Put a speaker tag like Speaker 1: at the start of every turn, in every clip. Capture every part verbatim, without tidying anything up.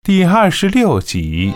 Speaker 1: 第二十六集。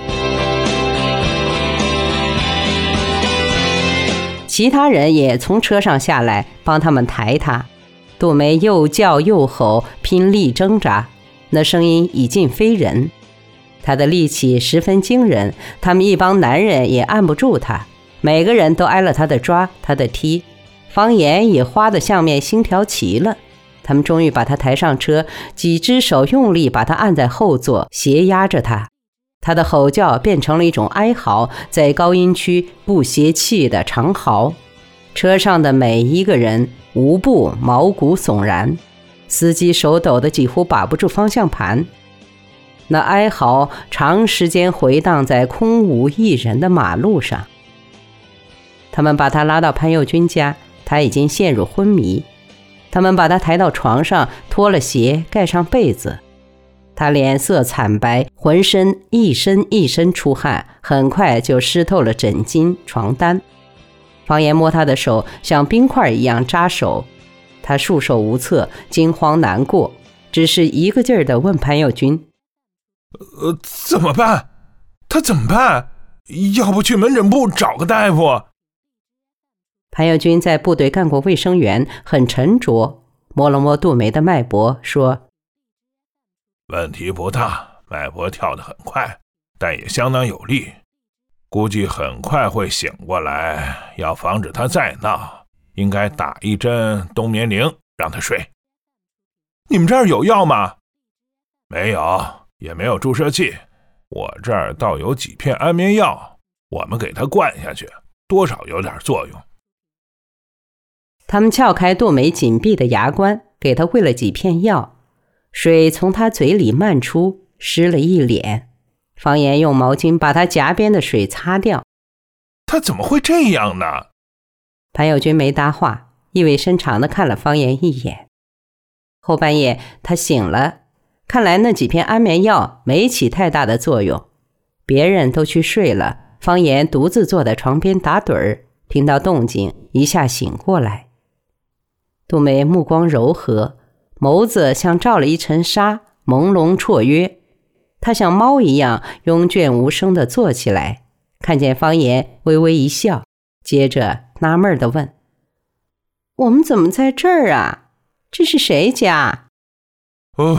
Speaker 2: 其他人也从车上下来，帮他们抬他。杜梅又叫又吼，拼力挣扎，那声音已近非人。他的力气十分惊人，他们一帮男人也按不住他，每个人都挨了他的抓，他的踢。方言也花得像面星条齐了。他们终于把他抬上车，几只手用力把他按在后座，斜压着他。他的吼叫变成了一种哀嚎，在高音区不泄气的长嚎。车上的每一个人无不毛骨悚然，司机手抖得几乎把不住方向盘。那哀嚎长时间回荡在空无一人的马路上。他们把他拉到潘佑军家，他已经陷入昏迷。他们把他抬到床上，脱了鞋，盖上被子。他脸色惨白，浑身一身一身出汗，很快就湿透了枕巾、床单。方言摸他的手，像冰块一样扎手。他束手无策，惊慌难过，只是一个劲儿地问潘佑军：
Speaker 1: 呃，怎么办？他怎么办？要不去门诊部找个大夫？
Speaker 2: 潘佑军在部队干过卫生员，很沉着，摸了摸杜梅的脉搏，说：
Speaker 1: 问题不大，脉搏跳得很快，但也相当有力，估计很快会醒过来。要防止他再闹，应该打一针冬眠灵让他睡。你们这儿有药吗？没有，也没有注射器。我这儿倒有几片安眠药，我们给他灌下去，多少有点作用。
Speaker 2: 他们撬开杜梅紧闭的牙关，给他喂了几片药，水从他嘴里漫出，湿了一脸。方言用毛巾把他颊边的水擦掉。
Speaker 1: 他怎么会这样呢？
Speaker 2: 潘佑军没搭话，意味深长地看了方言一眼。后半夜他醒了，看来那几片安眠药没起太大的作用。别人都去睡了，方言独自坐在床边打盹儿，听到动静一下醒过来。杜梅目光柔和，眸子像罩了一层纱，朦胧绰约。她像猫一样慵倦无声地坐起来，看见方言微微一笑，接着纳闷地问：我们怎么在这儿啊？这是谁家？
Speaker 1: 哦，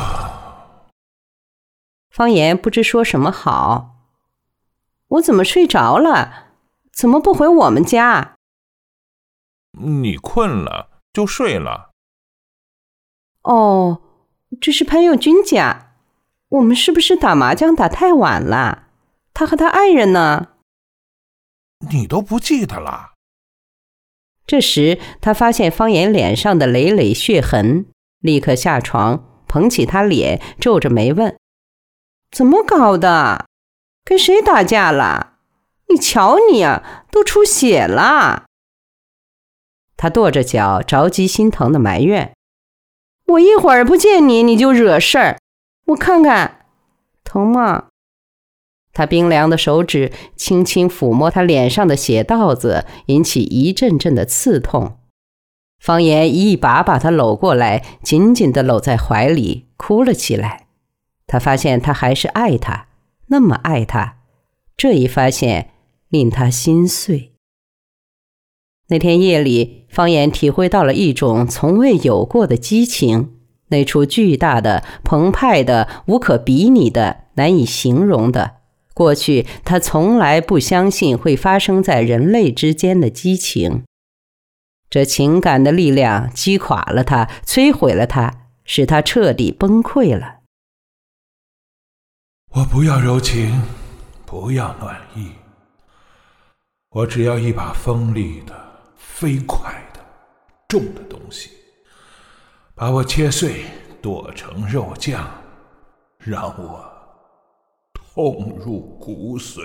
Speaker 2: 方言不知说什么好。我怎么睡着了？怎么不回我们家？
Speaker 1: 你困了就睡了。
Speaker 2: 哦，这是潘佑军家。我们是不是打麻将打太晚了？他和他爱人呢？
Speaker 1: 你都不记得了？
Speaker 2: 这时他发现方言脸上的累累血痕，立刻下床，捧起他脸，皱着眉问：怎么搞的？跟谁打架了？你瞧你啊，都出血了。他跺着脚，着急心疼的埋怨：我一会儿不见你，你就惹事儿，我看看，疼吗？他冰凉的手指轻轻抚摸他脸上的血道子，引起一阵阵的刺痛。方言一把把他搂过来，紧紧地搂在怀里，哭了起来。他发现他还是爱他，那么爱他，这一发现令他心碎。那天夜里，方言体会到了一种从未有过的激情，那处巨大的、澎湃的、无可比拟的、难以形容的，过去他从来不相信会发生在人类之间的激情。这情感的力量击垮了他，摧毁了他，使他彻底崩溃了。
Speaker 1: 我不要柔情，不要暖意，我只要一把锋利的、飞快的、重的东西，把我切碎，剁成肉酱，让我痛入骨髓。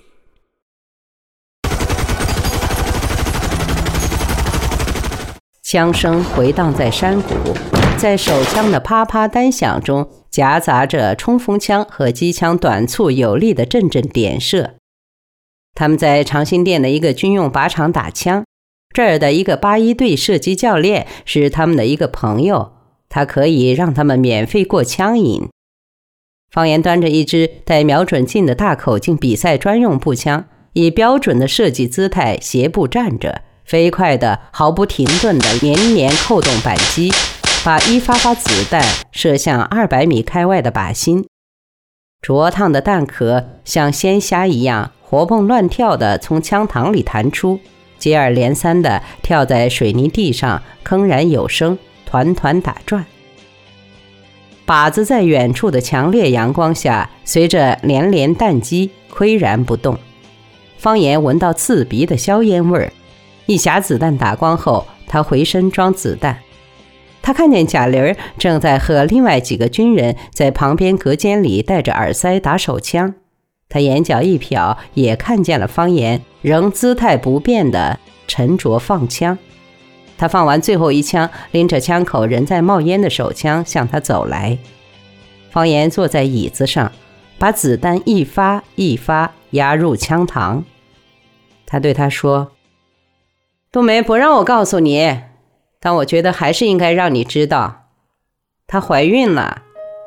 Speaker 2: 枪声回荡在山谷，在手枪的啪啪单响中，夹杂着冲锋枪和机枪短促有力的阵阵点射。他们在长辛店的一个军用靶场打枪，这儿的一个八一队射击教练是他们的一个朋友，他可以让他们免费过枪瘾。 方言端着一支带瞄准镜的大口径比赛专用步枪，以标准的射击姿态斜步站着，飞快的、毫不停顿的连连扣动扳机，把一发发子弹射向二百米开外的靶心。灼烫的弹壳像鲜虾一样活蹦乱跳地从枪膛里弹出，接二连三地跳在水泥地上，铿然有声，团团打转。靶子在远处的强烈阳光下，随着连连弹击岿然不动。方言闻到刺鼻的硝烟味儿，一匣子弹打光后，他回身装子弹。他看见贾玲正在和另外几个军人在旁边隔间里戴着耳塞打手枪。他眼角一瞟，也看见了方言仍姿态不变地沉着放枪。他放完最后一枪，拎着枪口仍在冒烟的手枪向他走来。方言坐在椅子上，把子弹一发一发压入枪膛。他对他说：杜梅不让我告诉你，但我觉得还是应该让你知道，她怀孕了。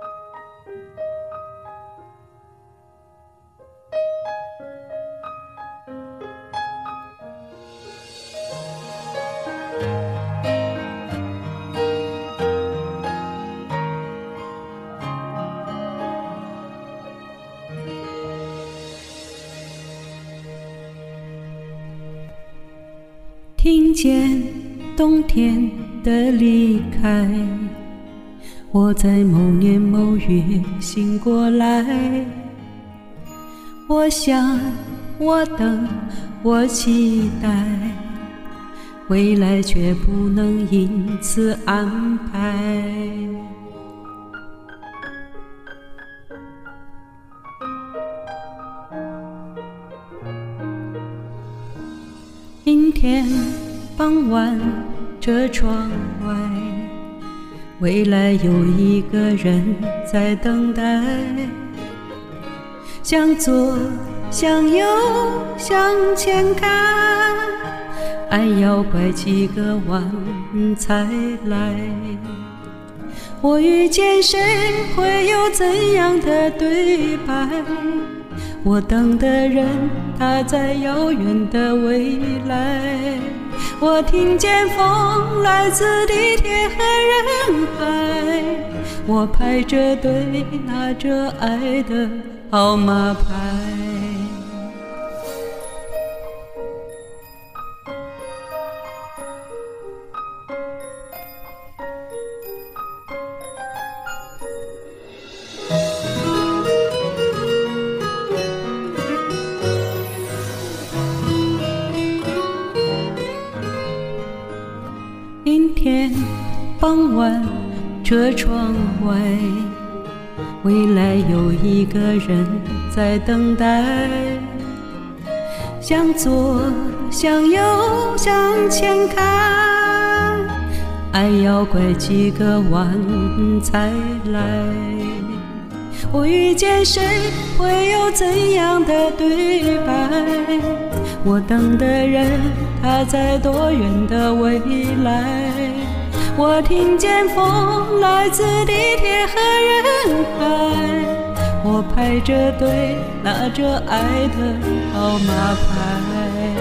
Speaker 3: 听见冬天的离开，我在某年某月醒过来。我想，我等，我期待，未来却不能因此安排。阴天傍晚，这窗外，未来有一个人在等待。向左，向右，向前看，爱要拐几个弯才来。我遇见谁，会有怎样的对白？我等的人，他在遥远的未来。我听见风来自地铁和人海，我排着队拿着爱的号码牌。阴天傍晚，车窗外，未来有一个人在等待。向左，向右，向前看，爱要拐几个弯才来。我遇见谁，会有怎样的对白？我等的人，他在多远的未来？我听见风来自地铁和人海，我排着队拿着爱的号码牌。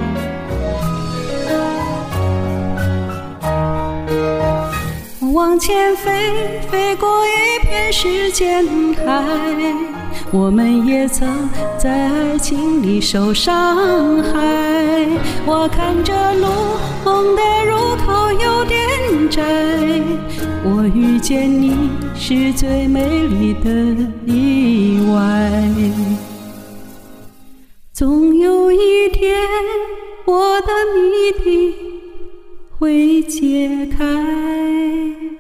Speaker 3: 往前飞，飞过一片时间海，我们也曾在爱情里受伤害。我看着路，梦的入口有点窄，我遇见你是最美丽的意外。总有一天，我的谜底会解开。